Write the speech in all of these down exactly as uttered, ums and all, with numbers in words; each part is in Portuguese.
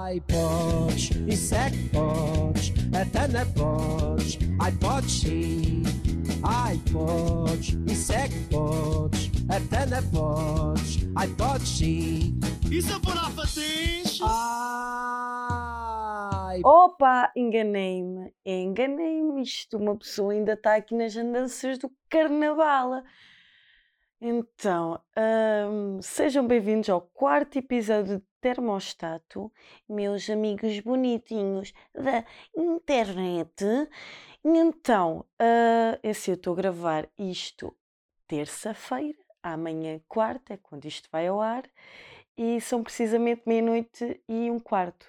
Ai, podes, isso é que podes, até não podes. Ai, podes sim. Ai, podes, isso é que podes, até não podes. Ai, podes sim. E se eu for à patins? Ai. Opa, enganei-me, enganei-me. Isto, uma pessoa ainda está aqui nas andanças do carnaval. Então, hum, sejam bem-vindos ao quarto episódio de Termostato, meus amigos bonitinhos da internet. E então, uh, assim, eu estou a gravar isto terça-feira, amanhã quarta, é quando isto vai ao ar, e são precisamente meia-noite e um quarto.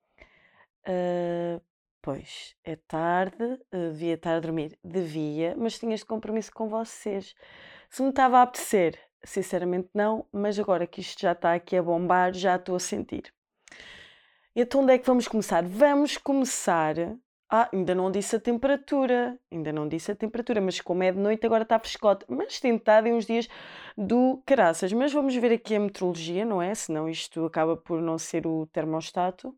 Uh, pois, é tarde, uh, devia estar a dormir, devia, mas tinha este compromisso com vocês. Se me estava a apetecer, sinceramente não, mas agora que isto já está aqui a bombar, já estou a sentir. Então onde é que vamos começar? Vamos começar... Ah, ainda não disse a temperatura, ainda não disse a temperatura, mas como é de noite agora está frescote, mas tem estado em uns dias do caraças. Mas vamos ver aqui a meteorologia, não é? Senão isto acaba por não ser o termostato.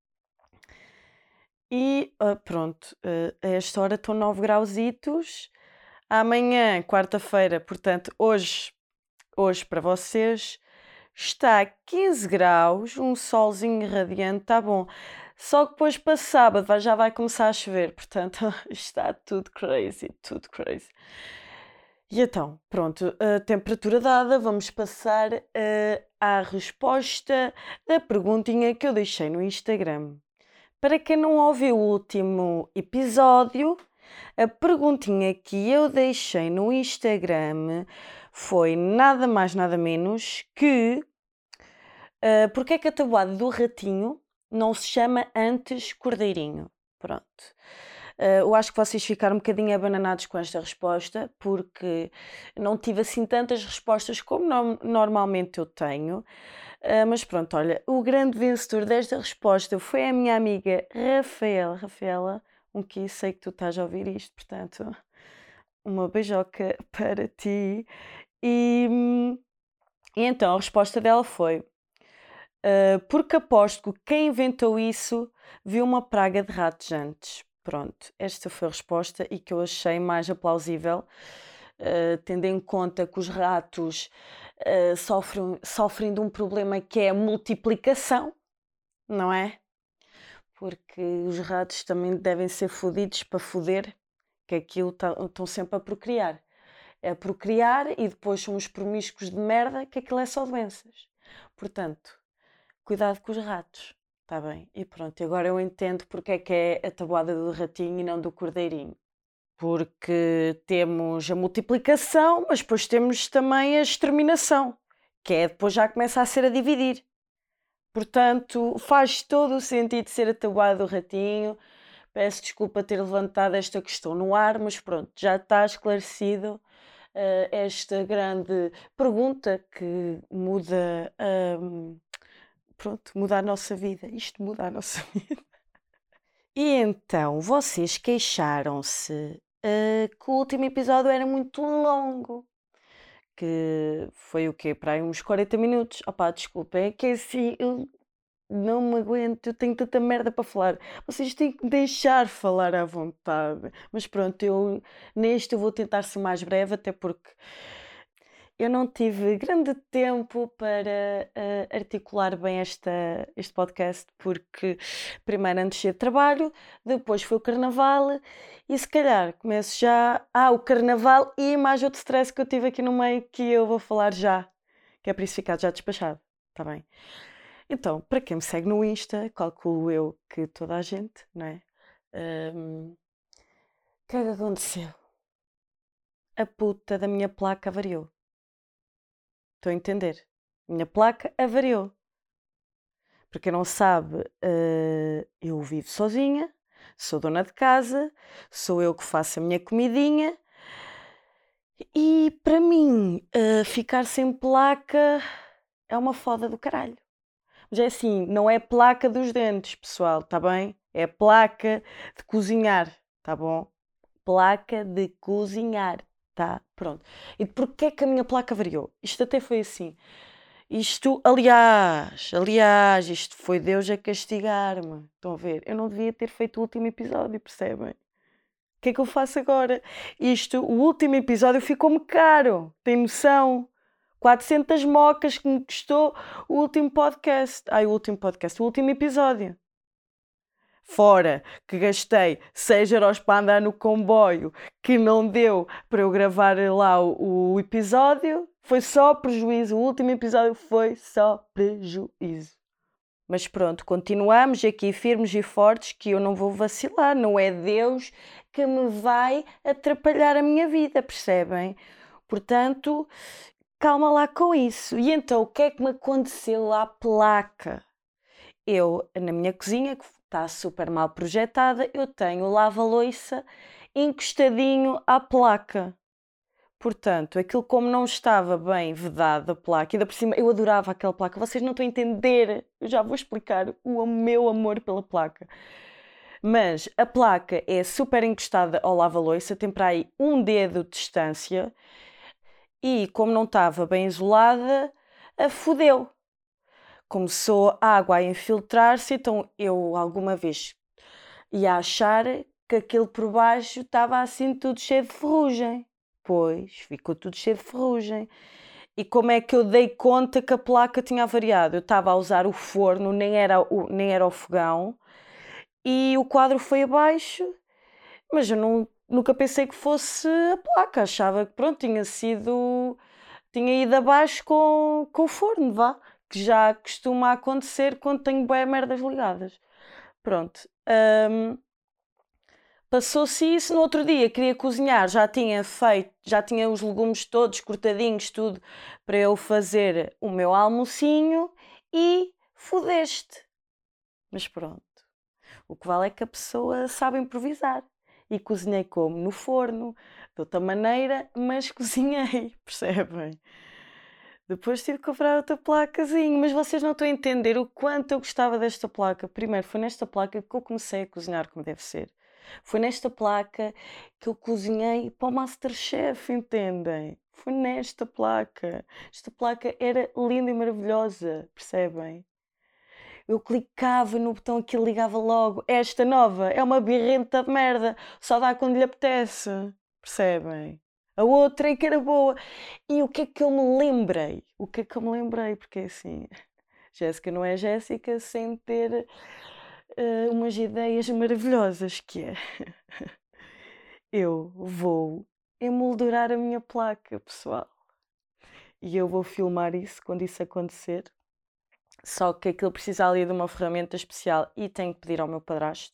E uh, pronto, uh, a esta hora estão nove grauzitos. Amanhã, quarta-feira, portanto, hoje, hoje para vocês, está quinze graus, um solzinho radiante, está bom. Só que depois para sábado vai- já vai começar a chover, portanto, está tudo crazy, tudo crazy. E então, pronto, a temperatura dada, vamos passar uh, à resposta da perguntinha que eu deixei no Instagram. Para quem não ouviu o último episódio, a perguntinha que eu deixei no Instagram foi nada mais nada menos que uh, porque é que a tabuada do ratinho não se chama antes cordeirinho? Pronto. Uh, eu acho que vocês ficaram um bocadinho abananados com esta resposta, porque não tive assim tantas respostas como no- normalmente eu tenho. Uh, mas pronto, olha, o grande vencedor desta resposta foi a minha amiga Rafaela. Rafaela, um que sei que tu estás a ouvir isto, portanto, uma beijoca para ti. E, hum, e então a resposta dela foi: uh, porque aposto que quem inventou isso viu uma praga de ratos antes. Pronto, esta foi a resposta e que eu achei mais aplausível, uh, tendo em conta que os ratos uh, sofrem, sofrem de um problema que é a multiplicação, não é? Porque os ratos também devem ser fodidos para foder, que aquilo estão sempre a procriar. É procriar e depois são os promíscuos de merda, que aquilo é só doenças. Portanto, cuidado com os ratos, está bem? E pronto, agora eu entendo porque é que é a tabuada do ratinho e não do cordeirinho. Porque temos a multiplicação, mas depois temos também a exterminação, que é depois já começa a ser a dividir. Portanto, faz todo o sentido ser a tabuada do ratinho. Peço desculpa ter levantado esta questão no ar, mas pronto, já está esclarecido uh, esta grande pergunta que muda, um, pronto, muda a nossa vida. Isto muda a nossa vida. E então, vocês queixaram-se uh, que o último episódio era muito longo. Que foi o quê? Para aí uns quarenta minutos. Opá, desculpem, é que é assim, eu não me aguento, eu tenho tanta merda para falar. Vocês têm que me deixar falar à vontade. Mas pronto, eu neste eu vou tentar ser mais breve, até porque eu não tive grande tempo para uh, articular bem esta, este podcast, porque primeiro antes de trabalho, depois foi o carnaval e se calhar começo já... Ah, o carnaval e mais outro stress que eu tive aqui no meio que eu vou falar já, que é para isso ficar já despachado, está bem? Então, para quem me segue no Insta, calculo eu que toda a gente, não é? Um, o que é que aconteceu? A puta da minha placa avariou. Estou a entender? Minha placa avariou. Para quem não sabe, uh, eu vivo sozinha, sou dona de casa, sou eu que faço a minha comidinha e para mim uh, ficar sem placa é uma foda do caralho. Mas é assim, não é placa dos dentes, pessoal, tá bem? É placa de cozinhar, tá bom? Placa de cozinhar, tá? Pronto. E porquê é que a minha placa variou? Isto até foi assim. Isto, aliás, aliás, isto foi Deus a castigar-me. Estão a ver? Eu não devia ter feito o último episódio, percebem? O que é que eu faço agora? Isto, o último episódio ficou-me caro. Tem noção? quatrocentas mocas que me custou o último podcast. Ai, o último podcast, o último episódio. Fora que gastei seis euros para andar no comboio, que não deu para eu gravar lá o, o episódio, foi só prejuízo. O último episódio foi só prejuízo. Mas pronto, continuamos aqui firmes e fortes, que eu não vou vacilar. Não é Deus que me vai atrapalhar a minha vida, percebem? Portanto, calma lá com isso. E então, o que é que me aconteceu à placa? Eu, na minha cozinha, que está super mal projetada, eu tenho o lava-loiça encostadinho à placa. Portanto, aquilo como não estava bem vedado a placa, e ainda por cima eu adorava aquela placa, vocês não estão a entender, eu já vou explicar o meu amor pela placa. Mas a placa é super encostada ao lava-loiça, tem para aí um dedo de distância, e como não estava bem isolada, a fodeu. Começou a água a infiltrar-se, então eu alguma vez ia achar que aquilo por baixo estava assim tudo cheio de ferrugem. Pois, ficou tudo cheio de ferrugem. E como é que eu dei conta que a placa tinha avariado? Eu estava a usar o forno, nem era o, nem era o fogão, e o quadro foi abaixo, mas eu não, nunca pensei que fosse a placa. Achava que pronto, tinha sido, tinha ido abaixo com, com o forno, vá. Que já costuma acontecer quando tenho bué merdas ligadas. Pronto. hum, Passou-se isso. No outro dia queria cozinhar, já tinha feito, já tinha os legumes todos cortadinhos, tudo para eu fazer o meu almocinho e fodeste. Mas pronto, o que vale é que a pessoa sabe improvisar. E cozinhei como? No forno, de outra maneira, mas cozinhei, percebem? Depois tive que comprar outra placazinha, mas vocês não estão a entender o quanto eu gostava desta placa. Primeiro, foi nesta placa que eu comecei a cozinhar como deve ser. Foi nesta placa que eu cozinhei para o MasterChef, entendem? Foi nesta placa. Esta placa era linda e maravilhosa, percebem? Eu clicava no botão, aquilo ligava logo. Esta nova é uma birrenta de merda, só dá quando lhe apetece, percebem? A outra é que era boa. E o que é que eu me lembrei? O que é que eu me lembrei? Porque assim, Jéssica não é Jéssica sem ter eh, umas ideias maravilhosas, que é eu vou emoldurar a minha placa, pessoal. E eu vou filmar isso quando isso acontecer. Só que aquilo precisa ali de uma ferramenta especial e tenho que pedir ao meu padrasto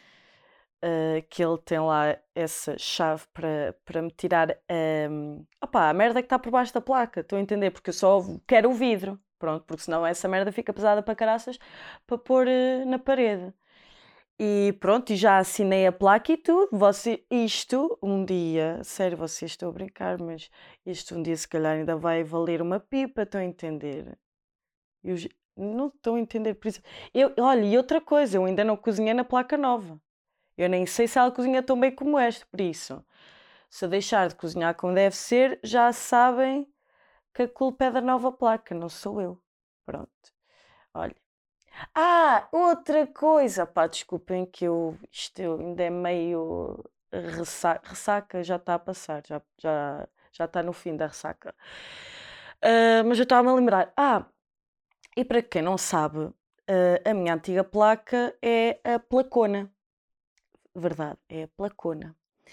uh, que ele tem lá essa chave para, para me tirar um, opá, a merda que está por baixo da placa. Estou a entender? Porque eu só quero o vidro. Pronto, porque senão essa merda fica pesada para caraças para pôr uh, na parede. E pronto, e já assinei a placa e tudo. Você, isto um dia, sério, vocês estão a brincar, mas isto um dia se calhar ainda vai valer uma pipa, estão a entender? Eu j- não estou a entender por isso. Eu, olha, e outra coisa, eu ainda não cozinhei na placa nova. Eu nem sei se ela cozinha tão bem como esta, por isso, se eu deixar de cozinhar como deve ser, já sabem que a culpa é da nova placa, não sou eu. Pronto. Olha. Ah, outra coisa, pá, desculpem que eu, isto eu ainda é meio ressaca, ressaca já está a passar, já, já, já está no fim da ressaca. Ah, mas eu estava-me a lembrar, ah, e para quem não sabe, ah, a minha antiga placa é a placona, verdade, é a placona.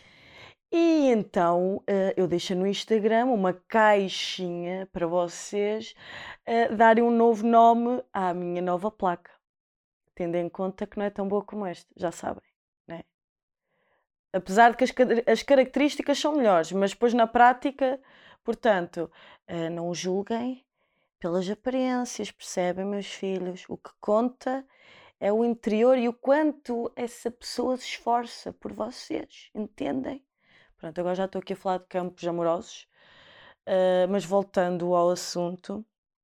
E então ah, eu deixei no Instagram uma caixinha para vocês ah, darem um novo nome à minha nova placa, tendo em conta que não é tão boa como esta, já sabem, né? Apesar de que as, ca- as características são melhores, mas depois na prática, portanto, eh, não julguem pelas aparências, percebem, meus filhos? O que conta é o interior e o quanto essa pessoa se esforça por vocês, entendem? Pronto, agora já estou aqui a falar de campos amorosos, eh, mas voltando ao assunto.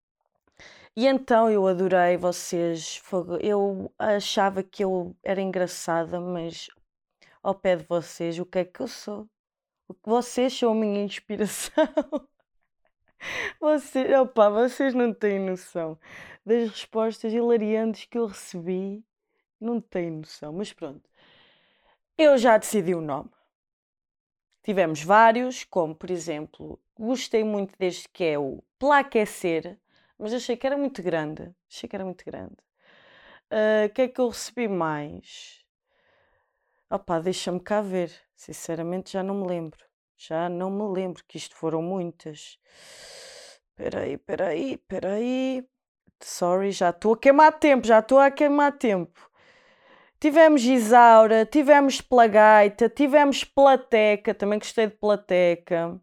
E então eu adorei vocês. fogo, Eu achava que eu era engraçada, mas ao pé de vocês, o que é que eu sou? O que vocês são a minha inspiração. Vocês, opa, vocês não têm noção das respostas hilariantes que eu recebi. Não têm noção, mas pronto. Eu já decidi o nome. Tivemos vários, como por exemplo, gostei muito deste que é o Plaquecer, mas achei que era muito grande. Achei que era muito grande. O que é que eu recebi mais? Opá, deixa-me cá ver. Sinceramente já não me lembro. Já não me lembro, que isto foram muitas. Peraí, peraí, peraí. Sorry, já estou a queimar tempo, já estou a queimar tempo. Tivemos Isaura, tivemos Plagaita, tivemos Plateca, também gostei de Plateca.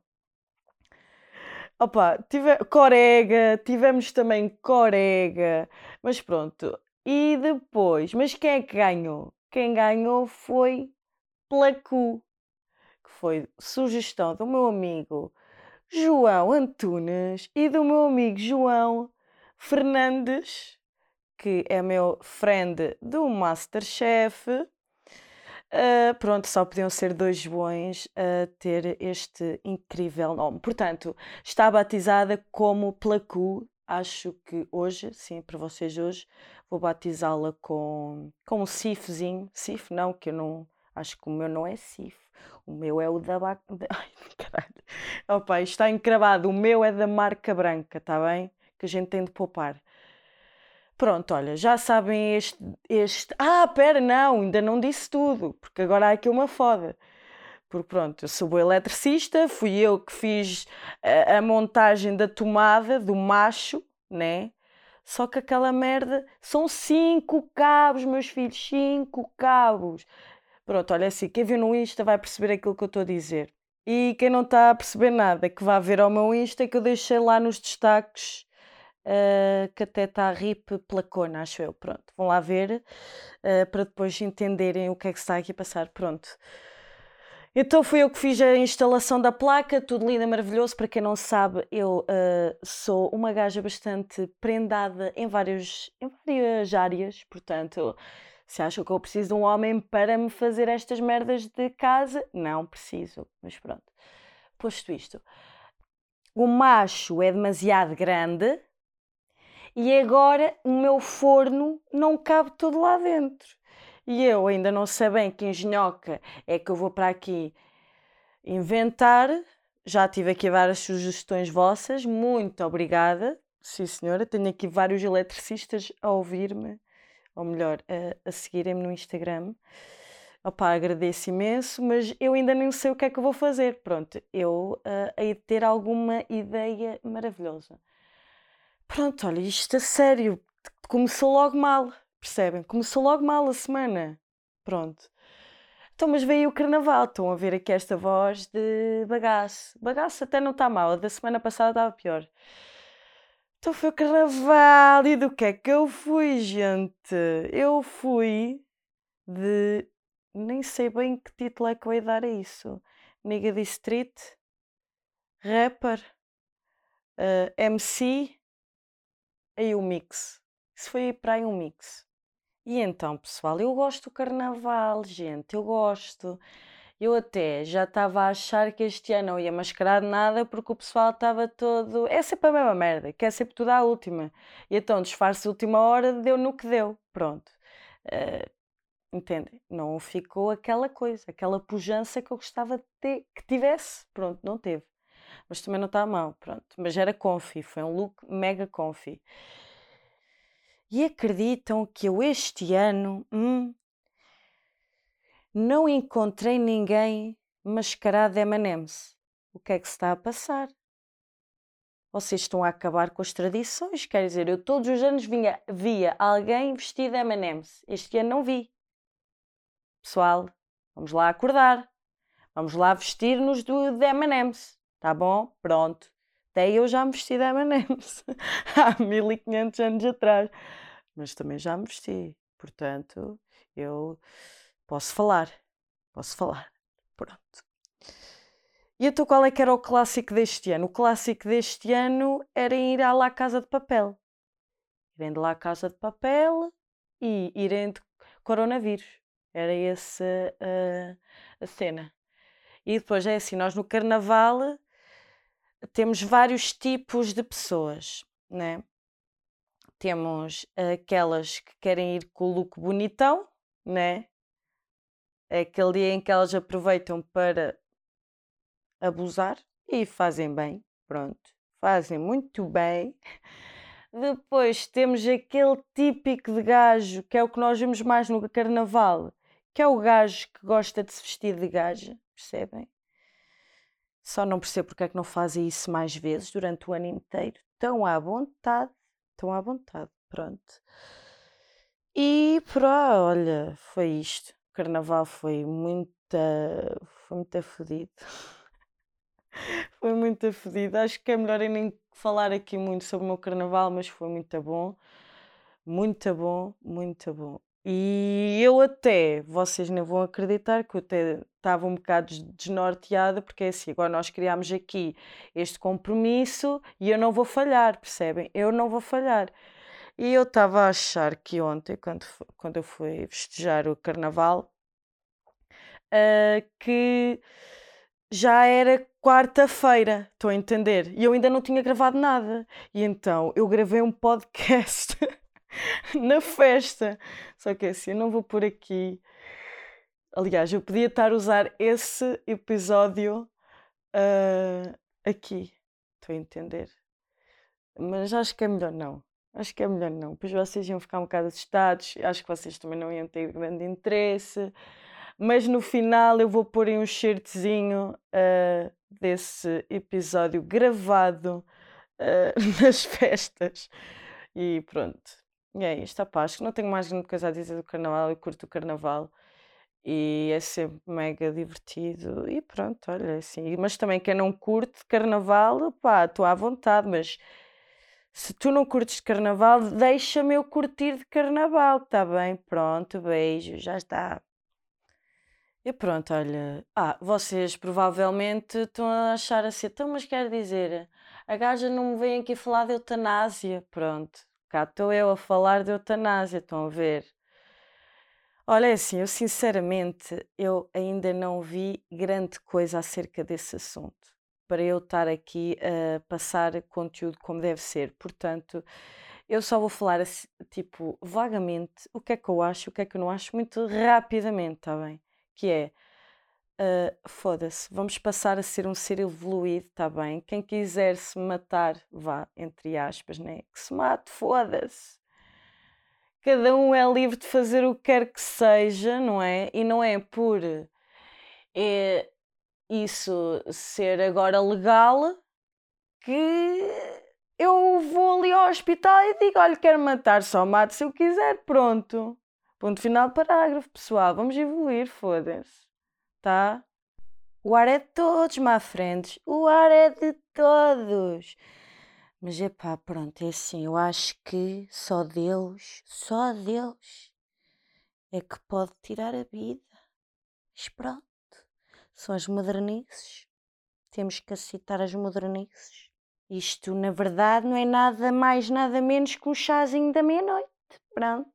Opa, tive... Corega, tivemos também Corega, mas pronto. E depois, mas quem é que ganhou? Quem ganhou foi Placu, que foi sugestão do meu amigo João Antunes e do meu amigo João Fernandes, que é meu friend do MasterChef. Uh, pronto, só podiam ser dois bons a ter este incrível nome. Portanto, está batizada como Placu. Acho que hoje, sim, para vocês hoje, vou batizá-la com, com um Cifzinho. Cif, não, que eu não. Acho que o meu não é Cif. O meu é o da. Ba- da- Ai, caralho. Opa, isto está encravado. O meu é da marca branca, está bem? Que a gente tem de poupar. Pronto, olha, já sabem este, este. Ah, pera, não, ainda não disse tudo, porque agora há aqui uma foda. Porque pronto, eu sou o eletricista, fui eu que fiz a, a montagem da tomada do macho, né? Só que aquela merda são cinco cabos, meus filhos, cinco cabos. Pronto, olha assim, quem viu no Insta vai perceber aquilo que eu estou a dizer. E quem não está a perceber nada, que vá ver ao meu Insta, que eu deixei lá nos destaques Uh, que até está rip placona, acho eu. Pronto, vão lá ver uh, para depois entenderem o que é que se está aqui a passar. Pronto. Então fui eu que fiz a instalação da placa, tudo lindo e maravilhoso. Para quem não sabe, eu uh, sou uma gaja bastante prendada em, vários, em várias áreas, portanto, se acham que eu preciso de um homem para me fazer estas merdas de casa, não preciso, mas pronto. Posto isto, o macho é demasiado grande. E agora o meu forno não cabe todo lá dentro. E eu ainda não sei bem que engenhoca é que eu vou para aqui inventar. Já tive aqui várias sugestões vossas. Muito obrigada. Sim, senhora. Tenho aqui vários eletricistas a ouvir-me. Ou melhor, a, a seguirem-me no Instagram. Opa, agradeço imenso, mas eu ainda nem sei o que é que eu vou fazer. Pronto, eu uh, hei de ter alguma ideia maravilhosa. Pronto, olha, isto a sério, começou logo mal, percebem? Começou logo mal a semana. Pronto. Então, mas veio o carnaval, estão a ver aqui esta voz de bagaço. Bagaço até não está mal, a da semana passada estava pior. Então foi o carnaval, e do que é que eu fui, gente? Eu fui de... nem sei bem que título é que eu ia dar a isso. Nigga de Street, rapper, uh, M C... aí o mix. Isso foi para aí um mix. E então, pessoal, eu gosto do carnaval, gente, eu gosto. Eu até já estava a achar que este ano não ia mascarar de nada porque o pessoal estava todo. É sempre a mesma merda, que é sempre tudo à última. E então, disfarce de última hora, deu no que deu. Pronto. Uh, entendem? Não ficou aquela coisa, aquela pujança que eu gostava de ter, que tivesse. Pronto, não teve. Mas também não está mal, pronto. Mas era comfy, foi um look mega comfy. E acreditam que eu este ano hum, não encontrei ninguém mascarado de M and M's. O que é que se está a passar? Vocês estão a acabar com as tradições. Quer dizer, eu todos os anos vinha, via alguém vestido de M and M's. Este ano não vi. Pessoal, vamos lá acordar. Vamos lá vestir-nos de M and M's. Tá bom? Pronto. Até eu já me vesti de M and M's. Há mil e quinhentos anos atrás. Mas também já me vesti. Portanto, eu posso falar. Posso falar. Pronto. E então qual é que era o clássico deste ano? O clássico deste ano era ir à La Casa de Papel. Irem de La Casa de Papel e irem de coronavírus. Era essa uh, a cena. E depois é assim, nós no carnaval temos vários tipos de pessoas, né? Temos aquelas que querem ir com o look bonitão, né? É aquele dia em que elas aproveitam para abusar e fazem bem, pronto, fazem muito bem. Depois temos aquele típico de gajo, que é o que nós vemos mais no carnaval, que é o gajo que gosta de se vestir de gaja, percebem? Só não percebo porque é que não fazem isso mais vezes durante o ano inteiro. Estão à vontade, estão à vontade, pronto. E pronto, olha, foi isto. O carnaval foi muito, foi muito fodido. Foi muito fodido. Acho que é melhor eu nem falar aqui muito sobre o meu carnaval, mas foi muito bom. Muito bom, muito bom. E eu até, vocês nem vão acreditar que eu até estava um bocado des- desnorteada, porque é assim, agora nós criámos aqui este compromisso e eu não vou falhar, percebem? Eu não vou falhar. E eu estava a achar que ontem, quando, fu- quando eu fui festejar o carnaval, ah, que já era quarta-feira, estão a entender? E eu ainda não tinha gravado nada. E então eu gravei um podcast na festa. Só que assim, eu não vou por aqui. Aliás, eu podia estar a usar esse episódio ah, aqui. Estão a entender? Mas acho que é melhor não. Acho que é melhor não. Pois vocês iam ficar um bocado assustados. Acho que vocês também não iam ter grande interesse. Mas no final eu vou pôr aí um certezinho ah, desse episódio gravado ah, nas festas. E pronto. E é isto, opá, acho que não tenho mais grande coisa a dizer do carnaval. Eu curto o carnaval e é sempre mega divertido. E pronto, olha, assim. Mas também quem não curte carnaval, pá, estou à vontade, mas se tu não curtes de carnaval, deixa-me eu curtir de carnaval, tá bem? Pronto, beijo, já está. E pronto, olha. Ah, vocês provavelmente estão a achar assim, então, mas quer dizer, a gaja não me vem aqui falar de eutanásia. Pronto, cá estou eu a falar de eutanásia, estão a ver? Olha, é assim, eu sinceramente, eu ainda não vi grande coisa acerca desse assunto para eu estar aqui a passar conteúdo como deve ser. Portanto, eu só vou falar assim, tipo, vagamente, o que é que eu acho, o que é que eu não acho, muito rapidamente, está bem? Que é, ah, foda-se, vamos passar a ser um ser evoluído, está bem? Quem quiser se matar, vá, entre aspas, né? Que se mate, foda-se. Cada um é livre de fazer o que quer que seja, não é? E não é por é, isso ser agora legal que eu vou ali ao hospital e digo: olha, quero matar, só mato se eu quiser, pronto. Ponto final, parágrafo, pessoal. Vamos evoluir, foda-se. Tá? O ar é de todos, má frentes. O ar é de todos. Mas é pá, pronto, é assim. Eu acho que só Deus, só Deus é que pode tirar a vida. Mas pronto, são as modernices. Temos que aceitar as modernices. Isto, na verdade, não é nada mais, nada menos que um chazinho da meia-noite. Pronto.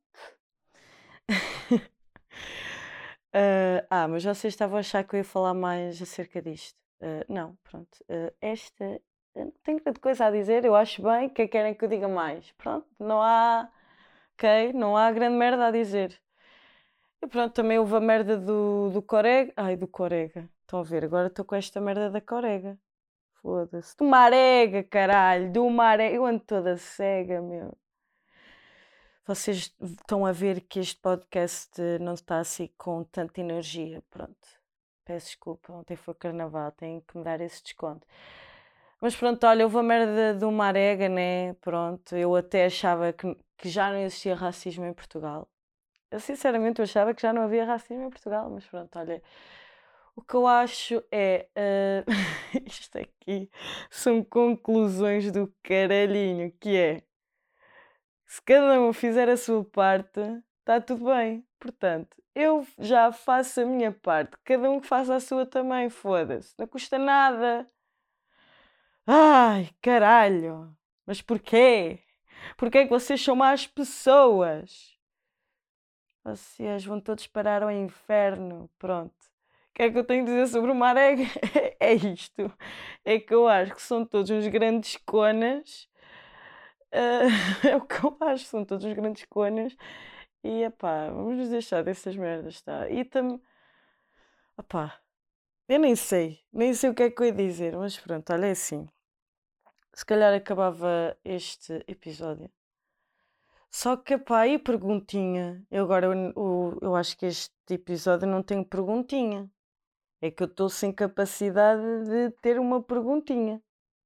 Ah, ah, mas vocês estavam a achar que eu ia falar mais acerca disto. Ah, não, pronto. Ah, esta. Eu não tenho grande coisa a dizer, eu acho bem. O que é que querem que eu diga mais? Pronto, não há. Ok, não há grande merda a dizer. E pronto, também houve a merda do, do Corega. Ai, do Corega. Estão a ver, agora estou com esta merda da Corega. Foda-se. Do Marega, caralho. Do Marega. Eu ando toda cega, meu. Vocês estão a ver que este podcast eh, não está assim com tanta energia. Pronto. Peço desculpa, ontem foi carnaval, tenho que me dar esse desconto. Mas pronto, olha, houve a merda do Marega, né? Pronto, eu até achava que, que já não existia racismo em Portugal. Eu sinceramente eu achava que já não havia racismo em Portugal, mas pronto, olha. O que eu acho é. eh, isto aqui são conclusões do caralhinho, que é. Se cada um fizer a sua parte, está tudo bem. Portanto, eu já faço a minha parte, cada um que faça a sua também, foda-se, não custa nada. Ai, caralho! Mas porquê? Porquê é que vocês são más pessoas? Vocês vão todos parar ao inferno, pronto. que é que eu tenho a dizer sobre o mar é, é isto. É que eu acho que são todos uns grandes conas. Uh, é o que eu acho, são todos uns grandes conas. E, epá, vamos nos deixar dessas merdas, tá? E também... Epá, eu nem sei. Nem sei o que é que eu ia dizer. Mas pronto, olha, é assim. Se calhar acabava este episódio. Só que, pá, e perguntinha? Eu agora, eu, eu, eu acho que este episódio não tem perguntinha. É que eu estou sem capacidade de ter uma perguntinha.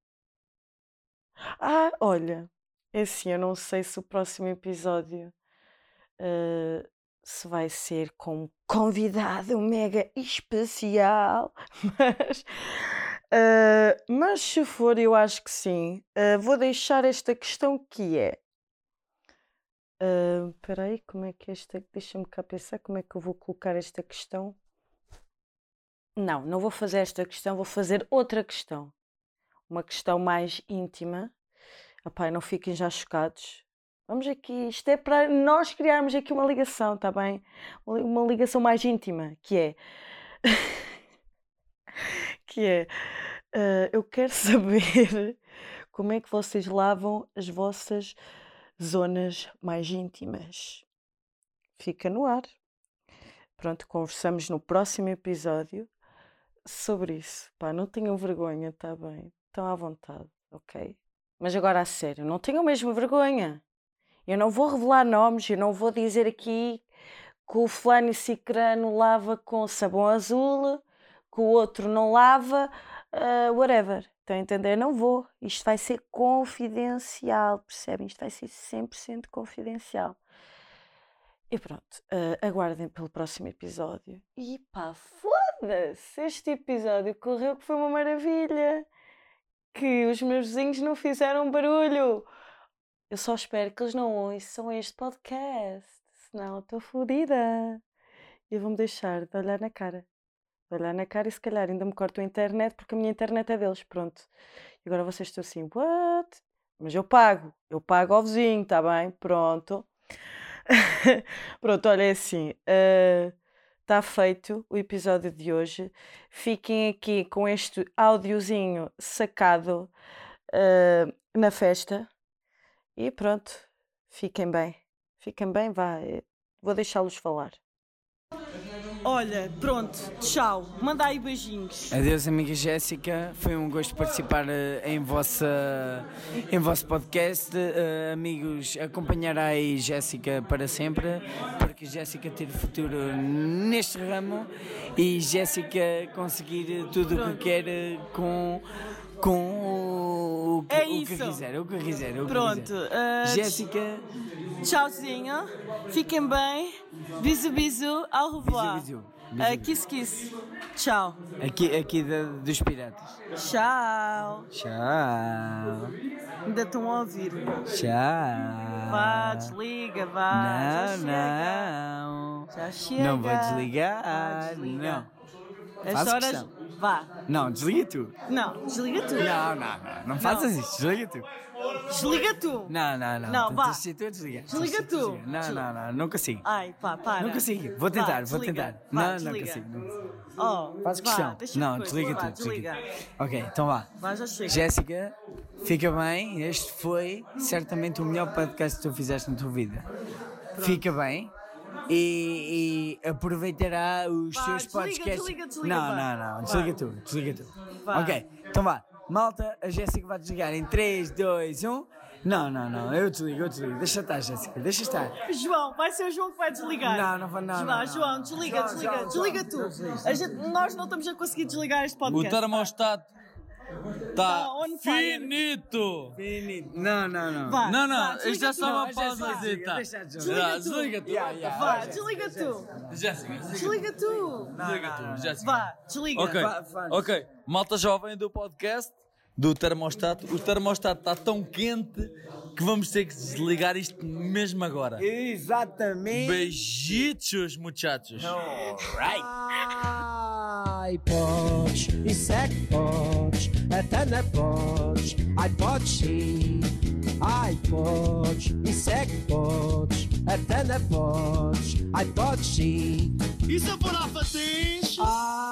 Ah, olha, é assim, eu não sei se o próximo episódio uh, se vai ser com um convidado mega especial, mas, uh, mas se for, eu acho que sim. Uh, vou deixar esta questão que é. Espera uh, aí, como é que é esta... Deixa-me cá pensar como é que eu vou colocar esta questão. Não, não vou fazer esta questão, vou fazer outra questão. Uma questão mais íntima. Epá, não fiquem já chocados. Vamos aqui, isto é para nós criarmos aqui uma ligação, tá bem? Uma ligação mais íntima, que é... que é... Uh, eu quero saber como é que vocês lavam as vossas zonas mais íntimas. Fica no ar. Pronto, conversamos no próximo episódio sobre isso. Pá, não tenham vergonha, tá bem? Estão à vontade, ok? Mas agora a sério, não tenham mesmo vergonha. Eu não vou revelar nomes, eu não vou dizer aqui que o fulano e cicrano lava com sabão azul, que o outro não lava, uh, whatever. Estão a entender? Não vou. Isto vai ser confidencial, percebem? Isto vai ser cem por cento confidencial. E pronto, uh, aguardem pelo próximo episódio. E pá, foda-se! Este episódio correu que foi uma maravilha. Que os meus vizinhos não fizeram barulho. Eu só espero que eles não ouçam este podcast. Senão estou fodida. E eu vou-me deixar de olhar na cara. De olhar na cara e se calhar ainda me corto a internet porque a minha internet é deles. Pronto. E agora vocês estão assim, what? Mas eu pago. Eu pago ao vizinho, tá bem? Pronto. Pronto, olha, é assim. Está uh, feito o episódio de hoje. Fiquem aqui com este áudiozinho sacado uh, na festa. E pronto, fiquem bem. Fiquem bem, vá. Vou deixá-los falar. Olha, pronto, tchau. Manda aí beijinhos. Adeus, amiga Jéssica. Foi um gosto participar uh, em, vossa, em vosso podcast. Uh, amigos, acompanharei Jéssica para sempre, porque Jéssica ter futuro neste ramo e Jéssica conseguir tudo o que quer com... com o que, é o que quiser, o que quiser. O que Pronto, quiser. Uh, Jéssica. Tchauzinho, fiquem bem. Bisu, bisu, au revoir. Bisu, bisu. Bisu, uh, kiss, kiss. Tchau. Aqui, aqui da, dos piratas. Tchau. Tchau. Ainda estão a ouvir. Tchau. Vá, desliga, vá. Não, já não. Chega. Já chega. Não vou desligar. Ah, desliga. Não. As Faço horas... questão. Vá. Não, desliga tu. Não, desliga tu. Não, não, não. Não faças isto. Desliga tu. Desliga tu. Não, não, não. Não, vá. Tu, tu, desliga. Desliga tu. Não, não, não. Não consigo. Ai, pá, para. Não consigo. Vou tentar, vá, vou desliga. tentar. Vá, não, desliga. não consigo. Não consigo. Oh, Faz questão. Vá, não, desliga vá, tu. Desliga. Desliga. Ok, então vá. Vá, já chega. Jéssica, fica bem. Este foi certamente o melhor podcast que tu fizeste na tua vida. Pronto. Fica bem. E, e aproveitará os vá, seus desliga, podcasts. Desliga, desliga, não, vá. não, não. Desliga tu. Desliga tu. Vá. Ok, então vá. Malta, a Jéssica vai desligar em três, dois, um. Não, não, não. Eu desligo, eu desligo. Deixa estar, Jéssica. Deixa estar. João, vai ser o João que vai desligar. Não, não vai, não. João, não, não. João, desliga, João, desliga. João, desliga João, tu. João, desliga, A gente, nós não estamos a conseguir desligar este podcast. O termostato está Tá on fire. finito. Finito. Não, não, não. Vá, Não, vá, não, desliga isto é tu. só uma Não, pausa. Jéssica, deixa de Desliga Já, tu. Desliga tu. Yeah, yeah. Vá, desliga tu. Jéssica, desliga. Desliga tu. Desliga tu, Jéssica. Vá, desliga. Ok, Vá, vá. ok. Malta jovem do podcast, do termostato. O termostato está tão quente que vamos ter que desligar isto mesmo agora. Exatamente. Beijitos, muchachos. Alright. iPods e SecPods, até na Pods, iPods sim, iPods e SecPods, até na Pods, iPods sim. E se for a patins?